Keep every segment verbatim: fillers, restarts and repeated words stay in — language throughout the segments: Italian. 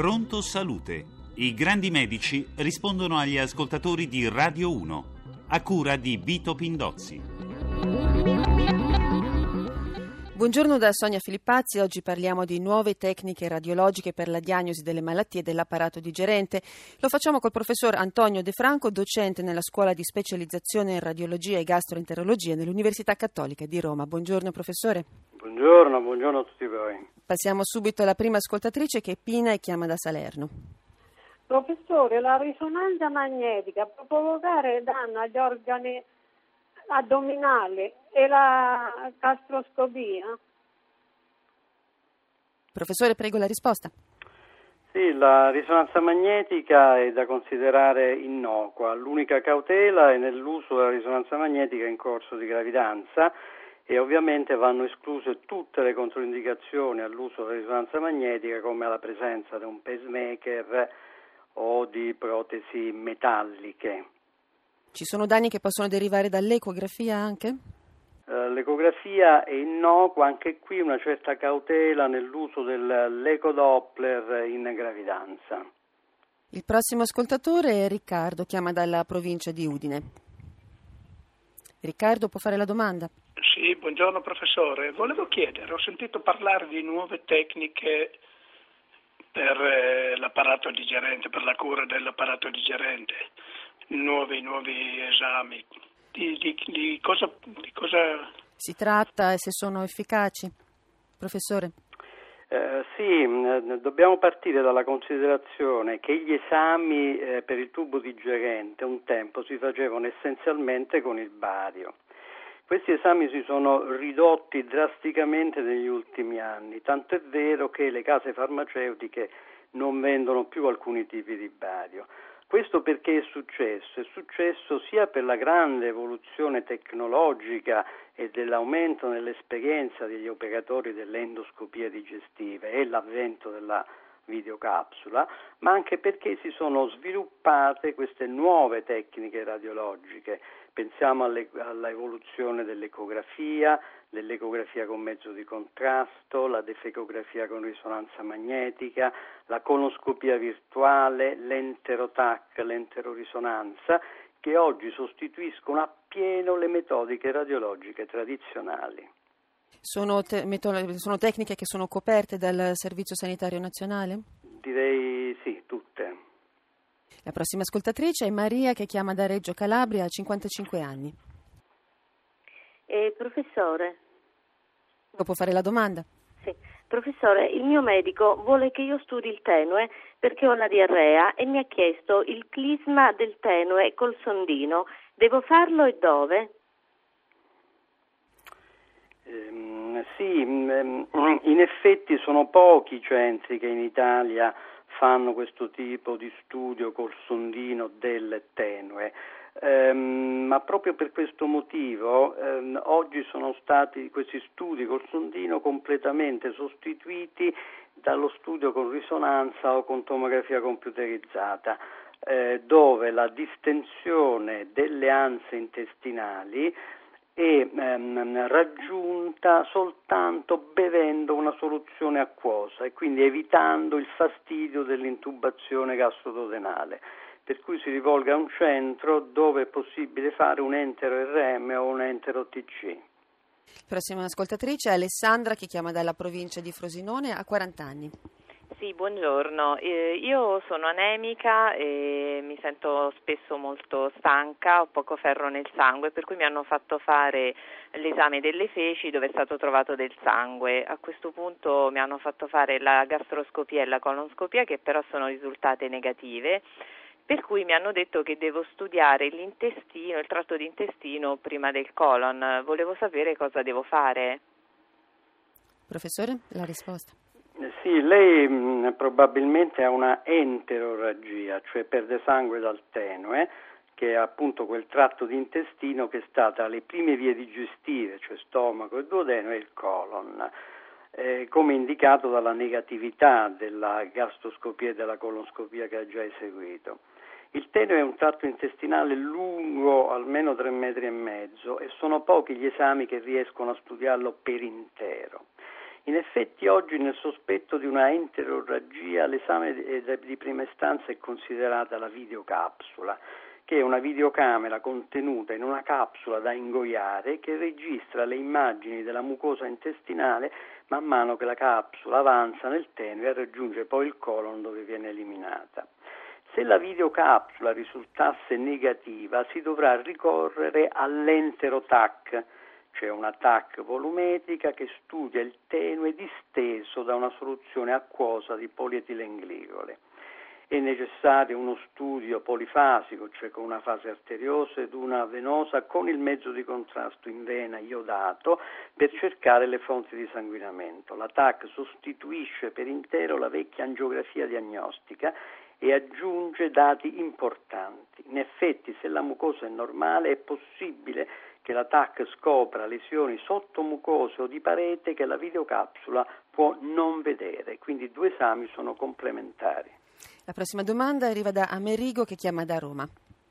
Pronto Salute. I grandi medici rispondono agli ascoltatori di Radio uno, a cura di Vito Pindozzi. Buongiorno da Sonia Filippazzi. Oggi parliamo di nuove tecniche radiologiche per la diagnosi delle malattie dell'apparato digerente. Lo facciamo col professor Antonio De Franco, docente nella scuola di specializzazione in radiologia e gastroenterologia dell'Università Cattolica di Roma. Buongiorno professore. Buongiorno, buongiorno a tutti voi. Passiamo subito alla prima ascoltatrice, che è Pina e chiama da Salerno. Professore, la risonanza magnetica può provocare danno agli organi addominali e la gastroscopia? Professore, prego la risposta. Sì, la risonanza magnetica è da considerare innocua. L'unica cautela è nell'uso della risonanza magnetica in corso di gravidanza e ovviamente vanno escluse tutte le controindicazioni all'uso della risonanza magnetica, come la presenza di un pacemaker o di protesi metalliche. Ci sono danni che possono derivare dall'ecografia anche? Uh, l'ecografia è innocua, anche qui una certa cautela nell'uso dell'ecodoppler in gravidanza. Il prossimo ascoltatore è Riccardo, chiama dalla provincia di Udine. Riccardo, può fare la domanda? Sì, buongiorno professore. Volevo chiedere, ho sentito parlare di nuove tecniche per eh, l'apparato digerente, per la cura dell'apparato digerente, nuovi, nuovi esami. Di, di, di, cosa, di cosa si tratta e se sono efficaci, professore? Eh, sì, dobbiamo partire dalla considerazione che gli esami eh, per il tubo digerente un tempo si facevano essenzialmente con il bario. Questi esami si sono ridotti drasticamente negli ultimi anni, tanto è vero che le case farmaceutiche non vendono più alcuni tipi di bario. Questo perché è successo? È successo sia per la grande evoluzione tecnologica e dell'aumento nell'esperienza degli operatori delle endoscopie digestive e l'avvento della videocapsula, ma anche perché si sono sviluppate queste nuove tecniche radiologiche. Pensiamo alle, alla evoluzione dell'ecografia, dell'ecografia con mezzo di contrasto, la defecografia con risonanza magnetica, la colonoscopia virtuale, l'enterotac, l'enterorisonanza, che oggi sostituiscono appieno le metodiche radiologiche tradizionali. Sono, te- metod- sono tecniche che sono coperte dal Servizio Sanitario Nazionale? Direi sì, tutte. La prossima ascoltatrice è Maria, che chiama da Reggio Calabria, ha cinquantacinque anni. Eh, professore. Può fare la domanda? Sì. Professore, il mio medico vuole che io studi il tenue perché ho la diarrea e mi ha chiesto il clisma del tenue col sondino. Devo farlo e dove? Ehm, sì, in effetti sono pochi i centri che in Italia fanno questo tipo di studio col sondino del tenue, ehm, ma proprio per questo motivo ehm, oggi sono stati questi studi col sondino completamente sostituiti dallo studio con risonanza o con tomografia computerizzata, eh, dove la distensione delle anse intestinali è ehm, raggiunta soltanto bevendo una soluzione acquosa e quindi evitando il fastidio dell'intubazione gastroduodenale, per cui si rivolga a un centro dove è possibile fare un entero R M o un entero T C. Prossima ascoltatrice è Alessandra, che chiama dalla provincia di Frosinone, ha quaranta anni. Sì, buongiorno. Eh, io sono anemica e mi sento spesso molto stanca, ho poco ferro nel sangue, per cui mi hanno fatto fare l'esame delle feci dove è stato trovato del sangue. A questo punto mi hanno fatto fare la gastroscopia e la colonoscopia, che però sono risultate negative, per cui mi hanno detto che devo studiare l'intestino, il tratto d'intestino prima del colon. Volevo sapere cosa devo fare. Professore, la risposta. Sì, lei mh, probabilmente ha una enterorragia, cioè perde sangue dal tenue, che è appunto quel tratto di intestino che sta tra le prime vie digestive, cioè stomaco e duodeno, e il colon, eh, come indicato dalla negatività della gastroscopia e della colonoscopia che ha già eseguito. Il tenue è un tratto intestinale lungo almeno tre metri e mezzo e sono pochi gli esami che riescono a studiarlo per intero. In effetti oggi nel sospetto di una enterorragia l'esame di prima istanza è considerata la videocapsula, che è una videocamera contenuta in una capsula da ingoiare che registra le immagini della mucosa intestinale man mano che la capsula avanza nel tenue e raggiunge poi il colon dove viene eliminata. Se la videocapsula risultasse negativa si dovrà ricorrere all'enterotac, cioè una T A C volumetrica che studia il tenue disteso da una soluzione acquosa di polietilenglicole. È necessario uno studio polifasico, cioè con una fase arteriosa ed una venosa, con il mezzo di contrasto in vena iodato per cercare le fonti di sanguinamento. La T A C sostituisce per intero la vecchia angiografia diagnostica e aggiunge dati importanti. In effetti, se la mucosa è normale, è possibile che la T A C scopra lesioni sottomucose o di parete che la videocapsula può non vedere, quindi i due esami sono complementari. La prossima domanda arriva da Amerigo che chiama da Roma.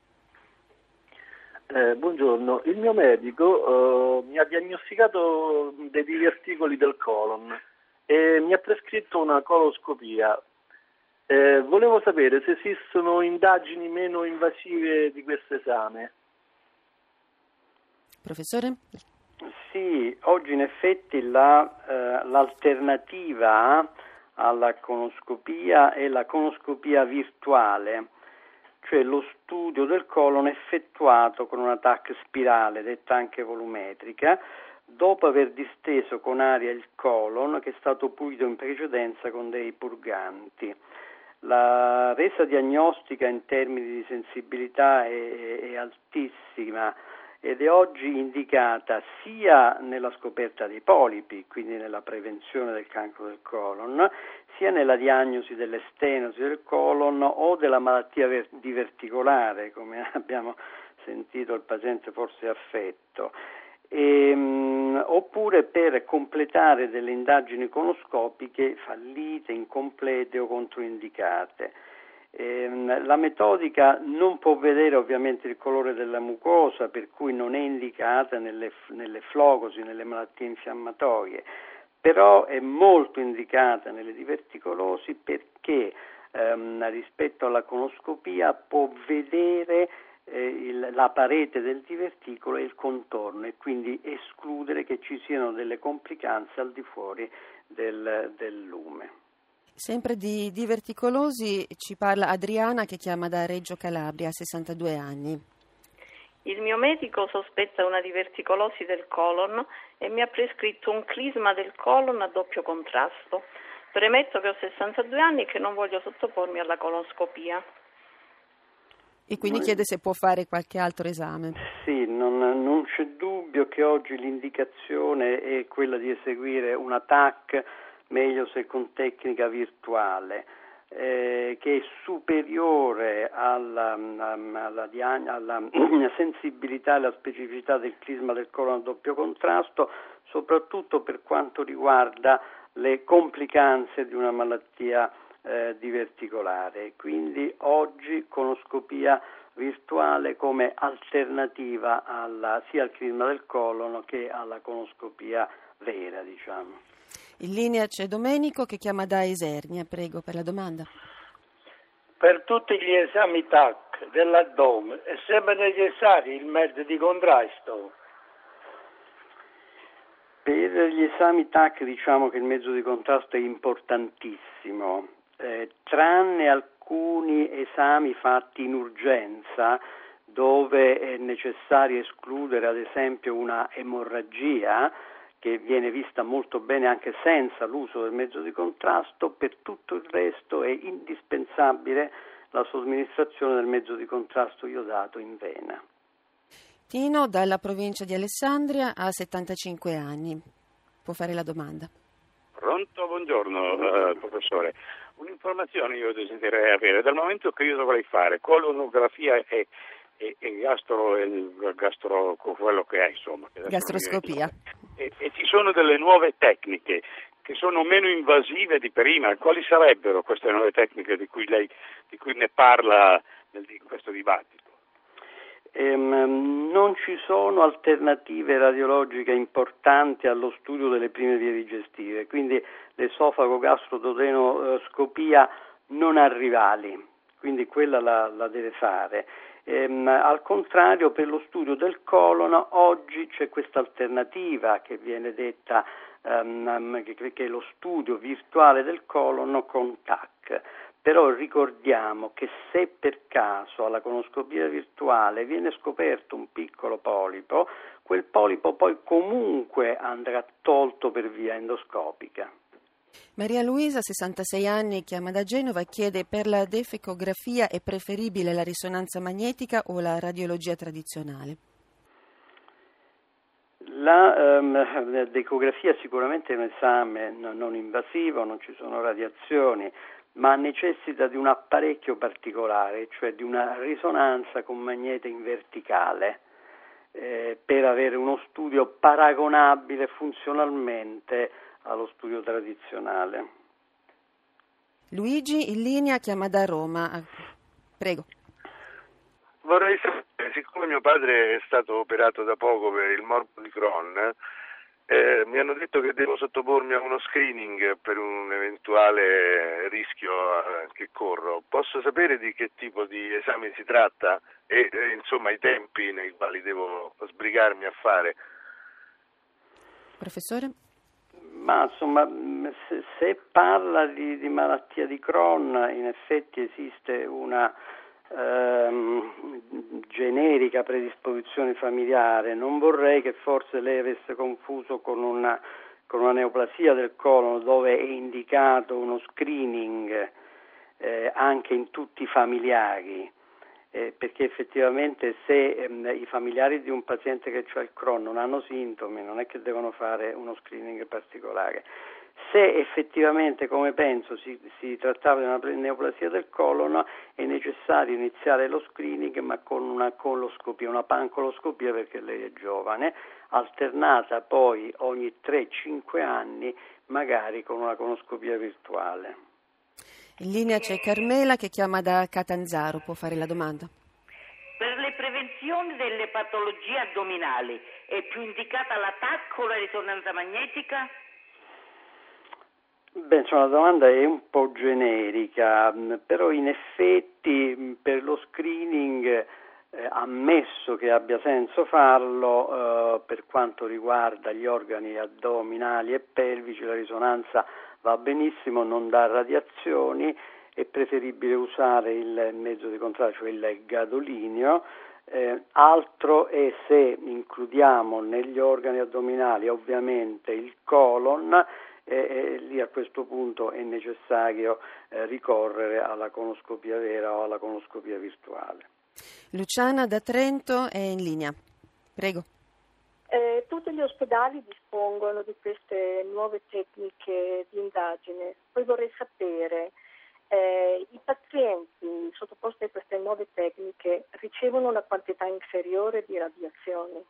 Eh, buongiorno, il mio medico eh, mi ha diagnosticato dei diverticoli del colon e mi ha prescritto una coloscopia. Eh, volevo sapere se esistono indagini meno invasive di questo esame. Professore? Sì, oggi in effetti la, eh, l'alternativa alla conoscopia è la conoscopia virtuale, cioè lo studio del colon effettuato con una T A C spirale, detta anche volumetrica, dopo aver disteso con aria il colon che è stato pulito in precedenza con dei purganti. La resa diagnostica in termini di sensibilità è, è altissima ed è oggi indicata sia nella scoperta dei polipi, quindi nella prevenzione del cancro del colon, sia nella diagnosi delle stenosi del colon o della malattia ver- diverticolare, come abbiamo sentito il paziente forse affetto, e, mh, oppure per completare delle indagini conoscopiche fallite, incomplete o controindicate. La metodica non può vedere ovviamente il colore della mucosa, per cui non è indicata nelle, nelle flogosi, nelle malattie infiammatorie, però è molto indicata nelle diverticolosi perché ehm, rispetto alla conoscopia può vedere eh, il, la parete del diverticolo e il contorno e quindi escludere che ci siano delle complicanze al di fuori del, del lume. Sempre di diverticolosi ci parla Adriana che chiama da Reggio Calabria, ha sessantadue anni. Il mio medico sospetta una diverticolosi del colon e mi ha prescritto un clisma del colon a doppio contrasto. Premetto che ho sessantadue anni e che non voglio sottopormi alla coloscopia. E quindi chiede se può fare qualche altro esame. Sì, non, non c'è dubbio che oggi l'indicazione è quella di eseguire una T A C, meglio se con tecnica virtuale, eh, che è superiore alla, alla, alla, alla sensibilità e alla specificità del clisma del colon a doppio contrasto, soprattutto per quanto riguarda le complicanze di una malattia eh, diverticolare. Quindi oggi conoscopia virtuale come alternativa alla, sia al clisma del colon che alla conoscopia vera, diciamo. In linea c'è Domenico che chiama da Esernia, prego per la domanda. Per tutti gli esami T A C dell'addome è sempre necessario il mezzo di contrasto? Per gli esami T A C diciamo che il mezzo di contrasto è importantissimo, eh, tranne alcuni esami fatti in urgenza dove è necessario escludere ad esempio una emorragia che viene vista molto bene anche senza l'uso del mezzo di contrasto. Per tutto il resto è indispensabile la somministrazione del mezzo di contrasto iodato in vena. Tino dalla provincia di Alessandria ha settantacinque anni, può fare la domanda. Pronto, buongiorno uh, professore. Un'informazione io desidererei avere. Dal momento che io dovrei fare colonografia e, e, e gastro, e gastro quello che è insomma. Che Gastroscopia. E, e ci sono delle nuove tecniche che sono meno invasive di prima. Quali sarebbero queste nuove tecniche di cui lei di cui ne parla nel, in questo dibattito? ehm, non ci sono alternative radiologiche importanti allo studio delle prime vie digestive, quindi l'esofago-gastroduodenoscopia non ha rivali, quindi quella la, la deve fare. Ehm, al contrario, per lo studio del colon oggi c'è questa alternativa che viene detta um, che, che è lo studio virtuale del colon con T A C. Però ricordiamo che se per caso alla colonoscopia virtuale viene scoperto un piccolo polipo, quel polipo poi comunque andrà tolto per via endoscopica. Maria Luisa, sessantasei anni, chiama da Genova e chiede: per la defecografia è preferibile la risonanza magnetica o la radiologia tradizionale? La um, decografia sicuramente è un esame non invasivo, non ci sono radiazioni, ma necessita di un apparecchio particolare, cioè di una risonanza con magnete in verticale, eh, per avere uno studio paragonabile funzionalmente allo studio tradizionale. Luigi in linea, chiama da Roma. Prego. Vorrei sapere, siccome mio padre è stato operato da poco per il morbo di Crohn, eh, mi hanno detto che devo sottopormi a uno screening per un eventuale rischio eh, che corro. Posso sapere di che tipo di esame si tratta e eh, insomma i tempi nei quali devo sbrigarmi a fare? Professore? Ma insomma, se, se parla di, di malattia di Crohn, in effetti esiste una ehm, generica predisposizione familiare. Non vorrei che forse lei avesse confuso con una, con una neoplasia del colon, dove è indicato uno screening eh, anche in tutti i familiari. Eh, perché effettivamente se ehm, i familiari di un paziente che ha il Crohn non hanno sintomi, non è che devono fare uno screening particolare. Se effettivamente, come penso, si, si trattava di una neoplasia del colon, è necessario iniziare lo screening ma con una coloscopia, una pancoloscopia, perché lei è giovane, alternata poi ogni tre cinque anni magari con una colonoscopia virtuale. In linea c'è Carmela che chiama da Catanzaro, può fare la domanda. Per le prevenzioni delle patologie addominali è più indicata la T A C o la risonanza magnetica? Beh, insomma, la domanda è un po' generica, però in effetti per lo screening, eh, ammesso che abbia senso farlo, eh, per quanto riguarda gli organi addominali e pelvici, la risonanza va benissimo, non dà radiazioni, è preferibile usare il mezzo di controllo, cioè il gadolinio. Eh, altro è se includiamo negli organi addominali ovviamente il colon, e eh, eh, lì a questo punto è necessario eh, ricorrere alla colonoscopia vera o alla colonoscopia virtuale. Luciana da Trento è in linea. Prego. Eh, tutti gli ospedali dispongono di queste nuove tecniche di indagine. Poi vorrei sapere, eh, i pazienti sottoposti a queste nuove tecniche ricevono una quantità inferiore di radiazioni?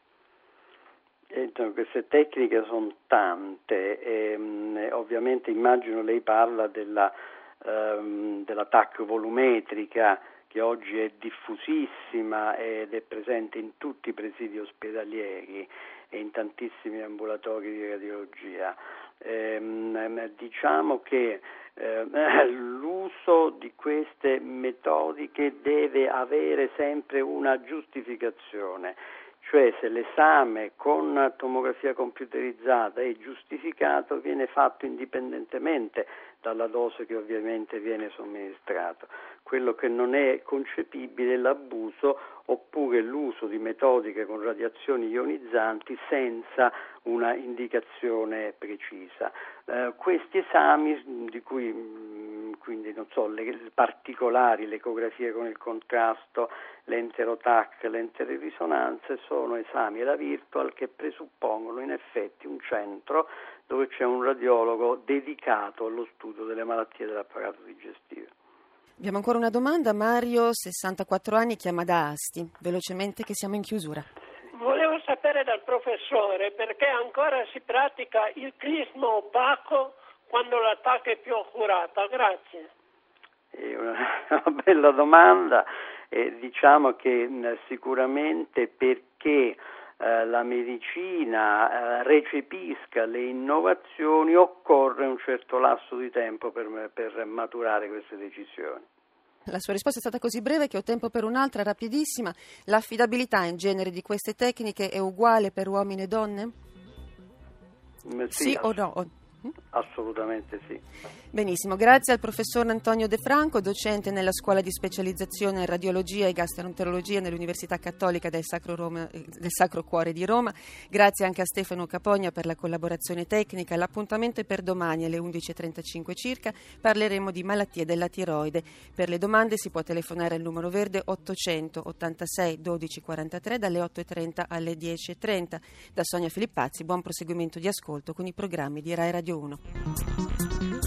Eh, queste tecniche sono tante, e, ovviamente immagino lei parla della, ehm, della T A C volumetrica, che oggi è diffusissima ed è presente in tutti i presidi ospedalieri e in tantissimi ambulatori di radiologia. Ehm, diciamo che eh, l'uso di queste metodiche deve avere sempre una giustificazione, cioè se l'esame con tomografia computerizzata è giustificato, viene fatto indipendentemente dalla dose che ovviamente viene somministrato. Quello che non è concepibile è l'abuso oppure l'uso di metodiche con radiazioni ionizzanti senza una indicazione precisa. Eh, questi esami, di cui mh, quindi non so, le, le particolari, le ecografie con il contrasto, l'enterotac, le enterorisonanze, sono esami da virtual che presuppongono in effetti un centro dove c'è un radiologo dedicato allo studio delle malattie dell'apparato digestivo. Abbiamo ancora una domanda. Mario, sessantaquattro anni, chiama da Asti. Velocemente che siamo in chiusura. Volevo sapere dal professore perché ancora si pratica il clisma opaco quando la T A C è più accurata. Grazie. È una, una bella domanda. E diciamo che mh, sicuramente perché eh, la medicina eh, recepisca le innovazioni occorre un certo lasso di tempo per, per maturare queste decisioni. La sua risposta è stata così breve che ho tempo per un'altra rapidissima. L'affidabilità in genere di queste tecniche è uguale per uomini e donne? Sì, sì o no? Assolutamente sì. Benissimo, grazie al professor Antonio De Franco, docente nella scuola di specializzazione in radiologia e gastroenterologia nell'Università Cattolica del Sacro, Roma, del Sacro Cuore di Roma. Grazie anche a Stefano Capogna per la collaborazione tecnica. L'appuntamento è per domani alle undici e trentacinque circa. Parleremo di malattie della tiroide. Per le domande si può telefonare al numero verde ottocento ottantasei dodici quarantatré dalle otto e trenta alle dieci e trenta. Da Sonia Filippazzi, buon proseguimento di ascolto con i programmi di Rai Radio uno.